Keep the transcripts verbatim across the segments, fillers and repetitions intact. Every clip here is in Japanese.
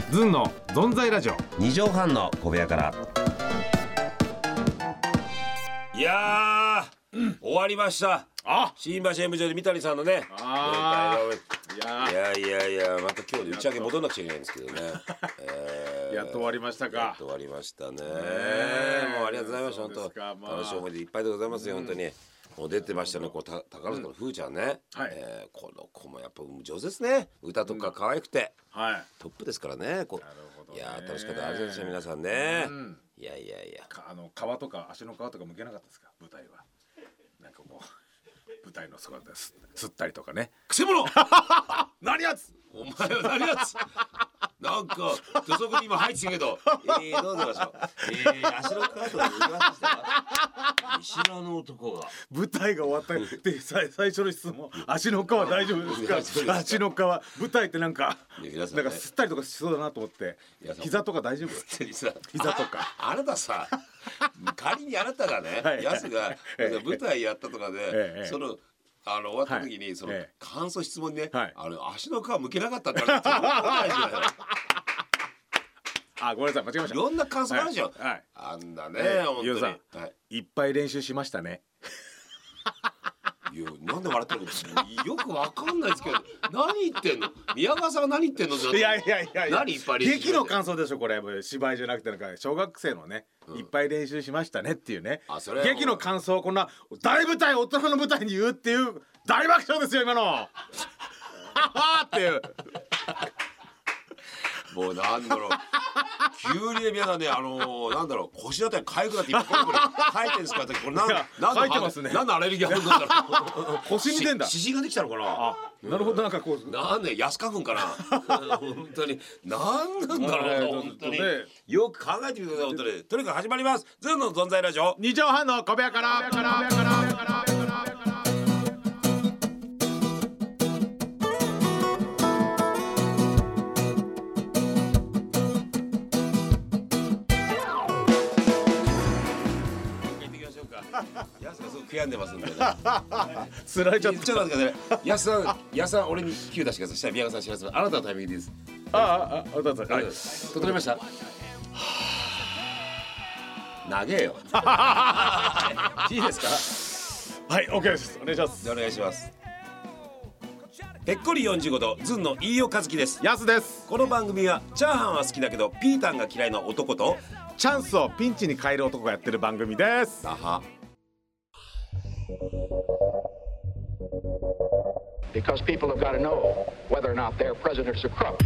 ズンのぞんざいラジオ。 にじょうはんの小部屋から。いやー、うん、終わりました。 あ、 新橋演舞場で三谷さんのね、 あいやいやいや、また今日で打ち上げ戻んなくちゃいけないんですけどね、えー、 やっと終わりましたか。 やっと終わりましたね。もうありがとうございました。本当、まあ、楽しい思い出いっぱいでございますよ、うん、本当に。もう出てましたね、こうた宝塚のふーちゃんね、うん、はい、えー、この子もやっぱ上手ですね。歌とか可愛くて、うん、はい、トップですからね。こう、なるほどね。いや楽しかった。ありがとうございました皆さんね、うん、いやいやいや、 あの皮とか足の皮とか向けなかったですか、舞台は。なんかこう舞台の姿です吸ったりとかね。 くせ者何やつお前は何やつなんか土足に今入ってるけど、えー、どうぞましょう。えー、足のカードで言いましたよ。見知らぬ男が。 舞台が終わったで最初の質問、足の皮大丈夫ですか。足の皮、舞台ってなんか、ね、なんか吸ったりとかしそうだなと思って。膝とか大丈夫？膝とか。 あなたさ、仮にあなたがね、はい、やすが舞台やったとかで、ええ、そのあの終わった時に、はい、その、ええ、感想質問にね、はい、あの足の皮むけなかったって言われてあ、ごめんなさい、間違えました。 いろんな感想あるでしょ、はいはい、あんだね、えー、本当に、はい、 いっぱい練習しましたね。 いや、なんで笑ってるのよくわかんないですけど、何言ってんの宮川さんは。何言ってんの。 いやいやいやいや、 何いっぱい練習劇の感想でしょこれ。芝居じゃなくて、なんか小学生のね、うん、いっぱい練習しましたねっていうね。あ、それ劇の感想をこんな大舞台、大人の舞台に言うっていう大爆笑ですよ今の。ははっていう。 もうなんだろう、急にね、皆さんね、あのー、なんだろう、腰だったり痒くなって今これこれ書いてるんですかって、これなんなん書いてますね。 なんのアレルギーあるんだろう。 腰に出んだ。 湿疹ができたのかな。あ、 なるほど。なんかこう、 なんで安花粉かな。本当になんなんだろう、本当によく考えてみてください。本当に。とにかく始まります。ズンの存在ラジオ。 にじょうはんの小部屋から。 やすがすごく悔やんでますんでね。 つられちゃった。 ちょっと待ってください。やすさん、やすさん、俺にキュー出してください。したら宮川さん知らせます。あなたのタイミングです。 ああ、ああ、あなた、はい。 整いました。長えよ。いいですか。 はい、オッケーです。お願いします。 お願いします。ぺっこりよんじゅうごど、ズンの飯尾和樹です。 やすです。 この番組はチャーハンは好きだけどピータンが嫌いな男とチャンスをピンチに変える男がやってる番組です。 あは。 Because people have got to know whether or not their president's a crook.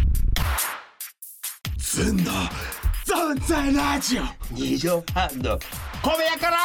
ズンの存在ラジオにじょうはんの小部屋から。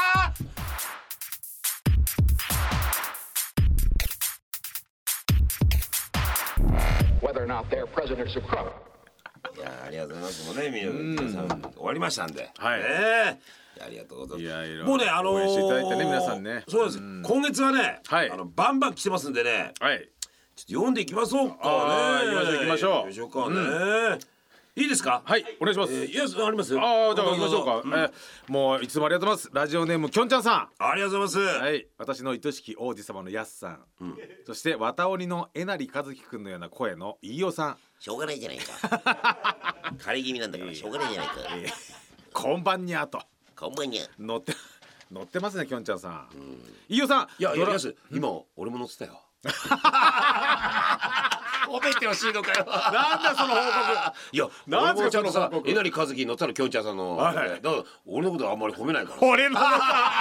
Whether or not their president's a crook. いや、ありがとうございます。もうね、皆さん終わりましたんで。 はい。 ね、ありがとうございます。 いやいや、 もうね、あのー、 応援していただいてね、皆さんね。 そうです。今月はね、はい、あのバンバン来てますんでね。はい。ちょっと読んでいきましょうかね。 行きましょう行きましょう。 行きましょうかね。いいですか。 はい、お願いします。 いや、ありますよ。 ああ、じゃあ行きましょうか。え、もういつもありがとうございます。ラジオネームきょんちゃんさん。 ありがとうございます。 はい、私の愛しき王子様のやすさん。そして綿織のえなりかずきくんのような声の飯尾さん。 しょうがないじゃないか。枯れ気味なんだからしょうがないじゃないか。 こんばんにゃと。 こんばんにゃ。 乗って乗ってますね、きょんちゃんさん。飯尾さん。 いや、いや、今俺も乗ってたよ。褒めてほしいのかよ。 なんだその報告。 いや、なんでその報告。えなりかずき乗ったらきょんちゃんさんの。だから俺のことあんまり褒めないから。 俺の。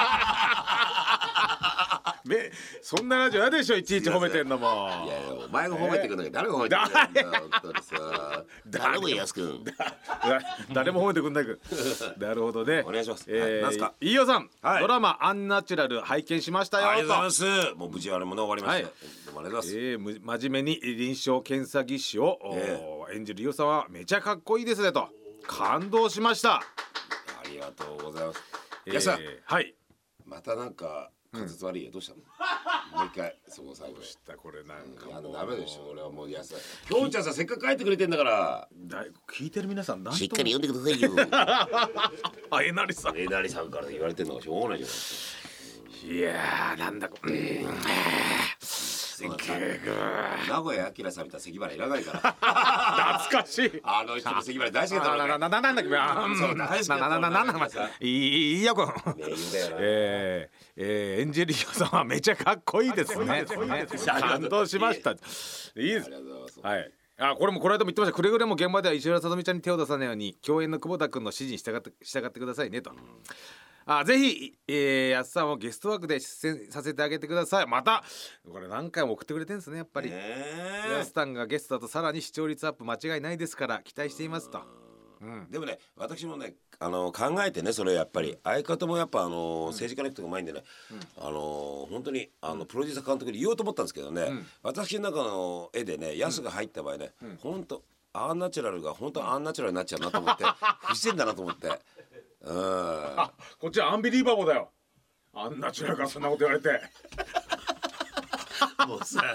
ね、そんなラジオやでしょ、いちいち褒めてんのも。 いやいや、お前が褒めてくんだけど誰が褒めてくんだよ。本当にさ。誰もやすくん。 誰も褒めてくんないけど。なるほどね。 お願いします。 なんすか。飯尾さん、ドラマアンナチュラル拝見しましたよ。 ありがとうございます。もう無事あれも終わりました。どうもありがとうございます。 真面目に臨床検査技師を演じる飯尾さんはめちゃかっこいいですねと感動しました。 ありがとうございます。いやさ、 はい。 またなんか滑舌悪いよ。どうしたの？もう一回そこ最後に。 これなんかあのダメでしょ。俺はもうやさ。きょんちゃんさ、せっかく帰ってくれてんだから。 聞いてる皆さんしっかり読んでくださいよ。 あ、えなりさん。 えなりさんから言われてんのがしょうがないじゃない。 いやー、なんだこ。 名古屋明さんみたいな関原いらないから懐かしいあの人の関原大好きだったななななんだっけそう大好きだったななななんだいいよくんえーえーエンジェリオさんはめちゃかっこいいですね感動しましたいいですはいあこれもこの間も言ってました。くれぐれも現場では石原さとみちゃんに手を出さないように共演の久保田君の指示に従って従ってくださいねと、うん、あぜひ、えー、やすさんをゲスト枠で出演させてあげてください。またこれ何回も送ってくれてるんですねやっぱり、えー、やすさんがゲストだとさらに視聴率アップ間違いないですから期待していますと、 うん、でもね私もねあの考えてねそれやっぱり相方もやっぱあの、うん、政治家の人がうまいんでね、うん、あの本当にあのプロデューサー監督に言おうと思ったんですけどね、うん、私の中の絵でねヤスが入った場合ね、うん、本当アンナチュラルが本当アンナチュラルになっちゃうなと思って不自然だなと思ってうんあこっちはアンビリーバボーだよアンナチュラルからそんなこと言われてもうさ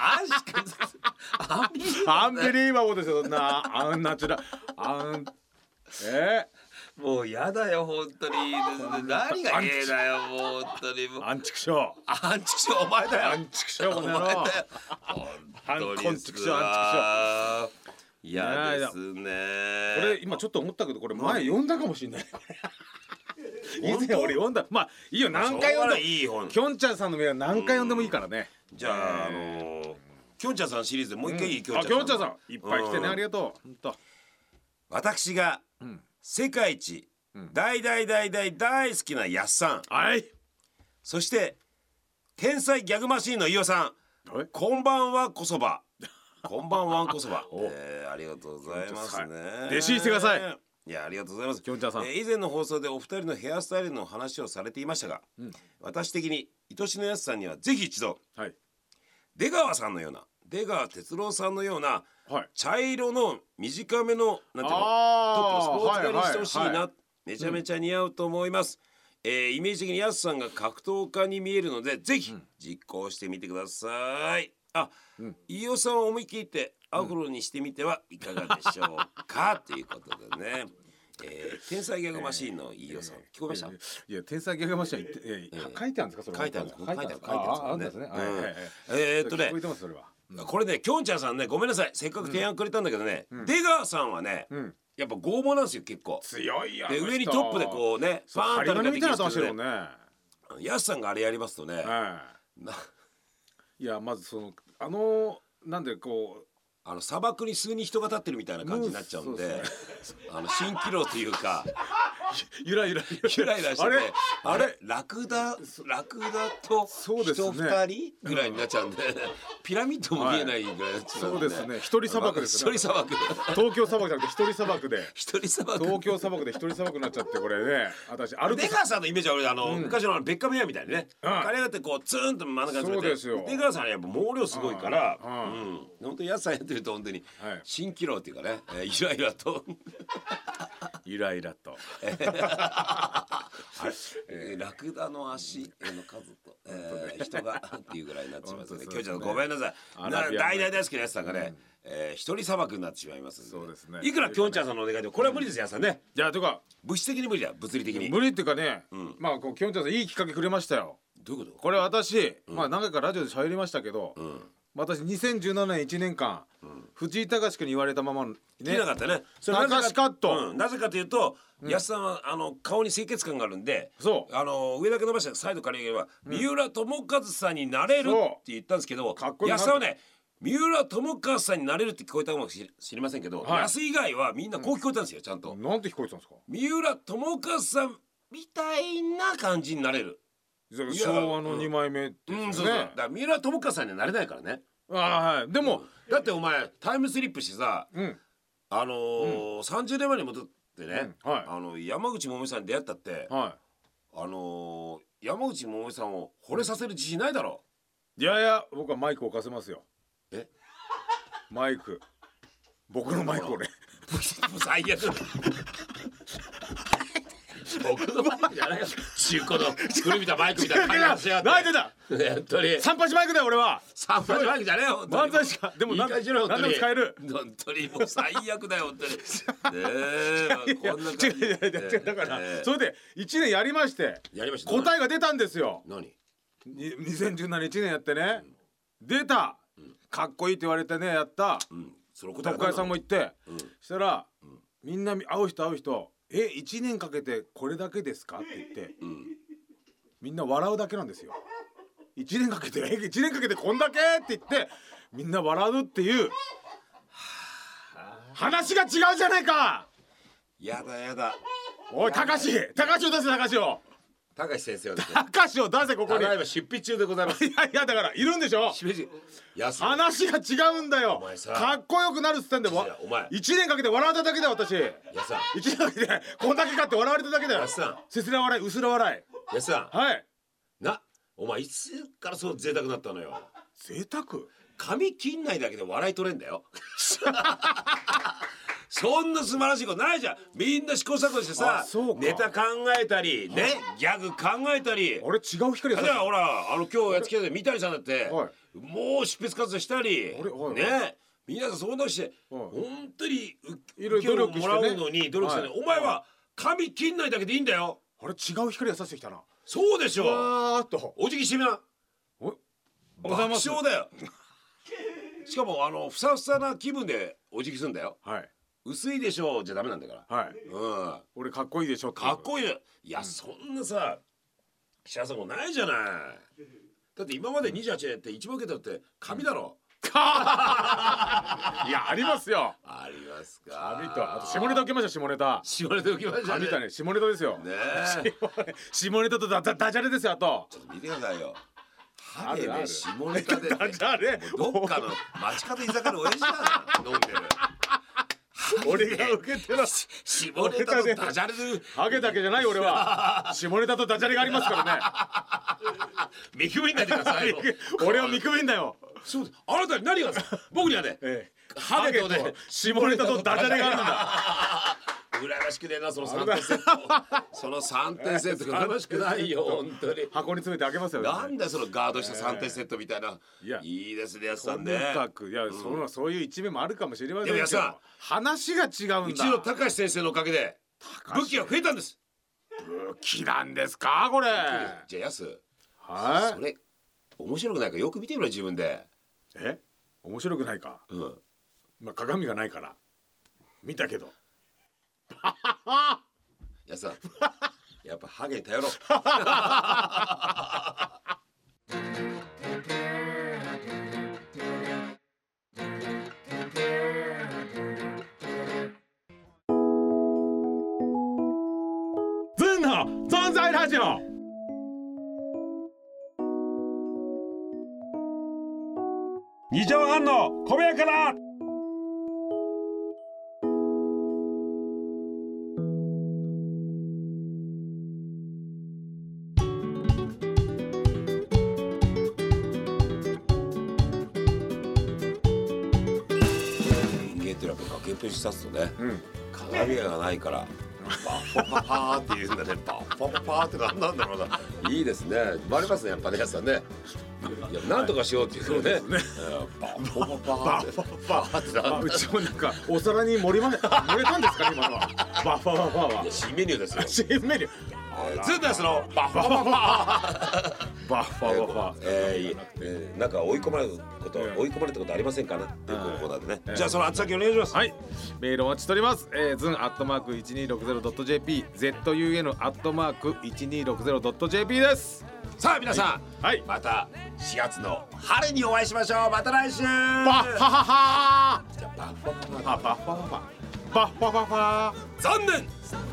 アンビリーバボーですよそんなアンナチュラルアンえー、もうやだよ本当に何がええだよもう本当にもうアンチクショーアンチクショーお前だよアンチクショーお前だよアンチクショーアンチクショーいやですねこれ今ちょっと思ったけどこれ前読んだかもしれない以前俺読んだまあいいよ何回読んでもいい本きょんちゃんさんの目は何回読んでもいいからねじゃああのきょんちゃんさんシリーズでもう一回いいきょんちゃんさんいっぱい来てねありがとうほんと私が世界一大大大大大好きなやっさんはいそして天才ギャグマシーンの飯尾さんこんばんはこそばこんばんはこそば、えー、ありがとうございますね弟子にしてくださいいやありがとうございますきょんちゃんさん、 えー、以前の放送でお二人のヘアスタイルの話をされていましたが、うん、私的に愛しのやすさんにはぜひ一度、はい、出川さんのような出川哲朗さんのような、はい、茶色の短めのなんていうのトップのスポーツ刈りにしてほしいな、はいはいはい、めちゃめちゃ似合うと思います、うんえー、イメージ的にやすさんが格闘家に見えるのでぜひ実行してみてください、あ、うん、飯尾さんを思い切ってアフロにしてみてはいかがでしょうか、ということでね、えー、天才ギャグマシーンの飯尾さん、えー、聞こえました？ いや天才ギャグマシーン、えーえー、書いてあるんですかそれ？ 書いてあるんです。書いてある書いてあるんですね。 えー、っとね、これねきょんちゃんさんねごめんなさいせっかく提案くれたんだけどね、うん、出川さんはね、うん、やっぱ拷問なんですよ結構強いやで上にトップでこうねファーンとかできるんですけどねやすさんがあれやりますとね、 はい、いやまずそのあのなんでこうあの砂漠に数人人が立ってるみたいな感じになっちゃうんで、あの蜃気楼というかゆらゆらゆらゆらしてて、あれラクダラクダと人二人ぐらいになっちゃうんで、ピラミッドも見えないぐらいになっちゃうんで、 そうですね。一人砂漠ですね。一人砂漠。 東京砂漠じゃなくて一人砂漠で。 一人砂漠。 東京砂漠で一人砂漠になっちゃってこれね。私ある。 出川さんのイメージは俺あの昔のベッカムヘアみたいにね。彼がってこうツーンと真ん中にそうですよ。 出川さんはやっぱ毛量すごいから、うん。本当にやつさんやってると本当に蜃気楼っていうかね、ゆらゆらと。 ゆらゆらとえー、ラクダの足の数と、えー、人がっていうぐらいになってしまいますね。今日ちょっとごめんなさい。大大大好きなやつさんがね、うんえー、一人砂漠になってしまいますんで。 そうですね。 いくらきょんちゃんさんのお願いでもこれは無理ですよ、やつさんね。 いやというか物質的に無理だよ、物理的に。 無理っていうかね、うん、まあこうきょんちゃんさんいいきっかけくれましたよ。 どういうこと？ これ私、うん、まあ何回かラジオで喋りましたけど。うん私にせんじゅうななねんいちねんかん、うん、藤井隆君に言われたままね聞けなかったね。 それ高橋カット、 うん、なぜかというと、うん、安さんはあの顔に清潔感があるんで、そうあの上だけ伸ばしてサイドから言えば、うん、三浦友和さんになれるって言ったんですけど、安さんはね三浦友和さんになれるって聞こえたかもしれませんけど、はい、安以外はみんなこう聞こえたんですよ、ちゃんと。 なんて聞こえてたんですか？ 三浦友和さんみたいな感じになれる。 昭和のにまいめってうん、そうそう。だから三浦友和さんにはなれないからね。 あはいでも、 うん、だってお前タイムスリップしてさ、うん、あのーうん、さんじゅうねんまえに戻ってね、うんはい、あの山口百恵さんに出会ったって、はい、あのー、山口百恵さんを惚れさせる自信ないだろ。 いやいや僕はマイク置かせますよ。 えマイク僕のマイク俺最悪僕のマイクじゃないよ。中古の古びたマイクみたいな感じしやがって。 泣いてた。 本当に。 三八マイクだよ俺は。 三八マイクじゃねえよ。 漫才しかでも何でも使える。 本当にもう最悪だよ本当に。ねえ。こんな感じ。 違う違う違うだからそれで一年やりまして。 やりました。 答えが出たんですよ。 何？ にせんじゅうなないちねんやってね。 出た、うん、かっこいいって言われてねやった、うん、その答え特会さんも言って、うん、したら、うん、みんな会う人会う人えいちねんかけてこれだけですかって言って、うん、みんな笑うだけなんですよ。いちねんかけてえいちねんかけてこんだけって言ってみんな笑うっていう話が違うじゃないか。 やだやだ。 おい高志高志を出せ高志を高志先生はですね高志を出せここに。 ただいま執筆中でございます。 いやいやだからいるんでしょ。話が違うんだよ。かっこよくなるっつってんでもいちねんかけて笑われただけだよ私。やさんいちねんかけてこんだけかって笑われただけだよ。やさんせすら笑い薄ら笑い。 やさんはいなお前いつからそう贅沢になったのよ。 贅沢髪切んないだけで笑い取れんだよそんな素晴らしいことないじゃん。みんな試行錯誤してさネタ考えたりねギャグ考えたり。 あれ違う光がさほらあの今日やってきた三谷さんだって、はい、もう執筆活動したり、はい、ね皆さんそんなして、はい、本当に受けをもらうのに努力してね、はい、お前は髪切んないだけでいいんだよ。 あれ違う光がさしてきたな。 そうでしょ。 わーっとお辞儀してみな。 お爆笑だよしかもあのふさふさな気分でお辞儀するんだよ。 はい薄いでしょじゃダメなんだから。 はい、うん、俺かっこいいでしょってかっこいい。いや、うん、そんなさ幸せもないじゃない。だって今までにじゅうはちねんやって一番受けたって髪だろ、うん、いやありますよ。 ありますか。 髪とあと下ネタ受けました。下ネタ下ネタ受けましたね。 髪だね下ネタですよ。 ね下ネタとダダダジャレですよ。あとちょっと見てくださいよ。ハゲで下ネタでダジャレどっかの街角居酒屋の親父だな飲んでる俺が受けてる下ネタとダジャレでハゲだけじゃない俺は下ネタとダジャレがありますからね見くびんないでくださいよ俺を見くびんだよ。 そうあなたに何が僕にはね、ええ、ハゲとね下ネタとダジャレがあるんだ羨ましくねえなそのさんてんセットそのさんてんセット羨ましくないよ本当に。 箱に詰めてあげますよ。 なんだそのガードしたさんてんセットみたいな。いやいいですねやすさんね。 とにかくいや、うん、そのそういう一面もあるかもしれませんけどでもやすさん話が違うんだ。 うちの高橋先生のおかげで武器が増えたんです。 武器なんですかこれ。 じゃあやすはいそれ面白くないかよく見てみろ自分で。 え面白くないか。うんまあ鏡がないから見たけどやさやっぱハゲに頼ろうズンの存在ラジオ。二畳半の小部屋から崖っぷち立つとね、うん、鏡がないからバッファパパーって言うんだね。バッファパパーって何なんだろうな。いいですね。バレますねやっぱねやつはね。いやなんとかしようっていうのね。バッファパパーってバッファパーってなんだ。 うちもなんかお皿に盛りま盛れたんですか今のは。バッファパパーは。 いや新メニューですよ。 新メニュー。 ずっとそのバッファパパー。 バッファパパー。 えー、なんか追い込まれること追い込まれたことありませんかなっていうコーナーでね。じゃあその宛先お願いします。 はい。メールお待ちしております。えー、ズンアットマークいちにーろくゼロドットジェーピー、ゼットユーエヌ アットマークいちにーろくゼロドットジェーピー です。 さあ皆さん、はい、またしがつの春にお会いしましょう。また来週。バッハハハー。 じゃあバッファパパバッファパパバッファパパ。 残念。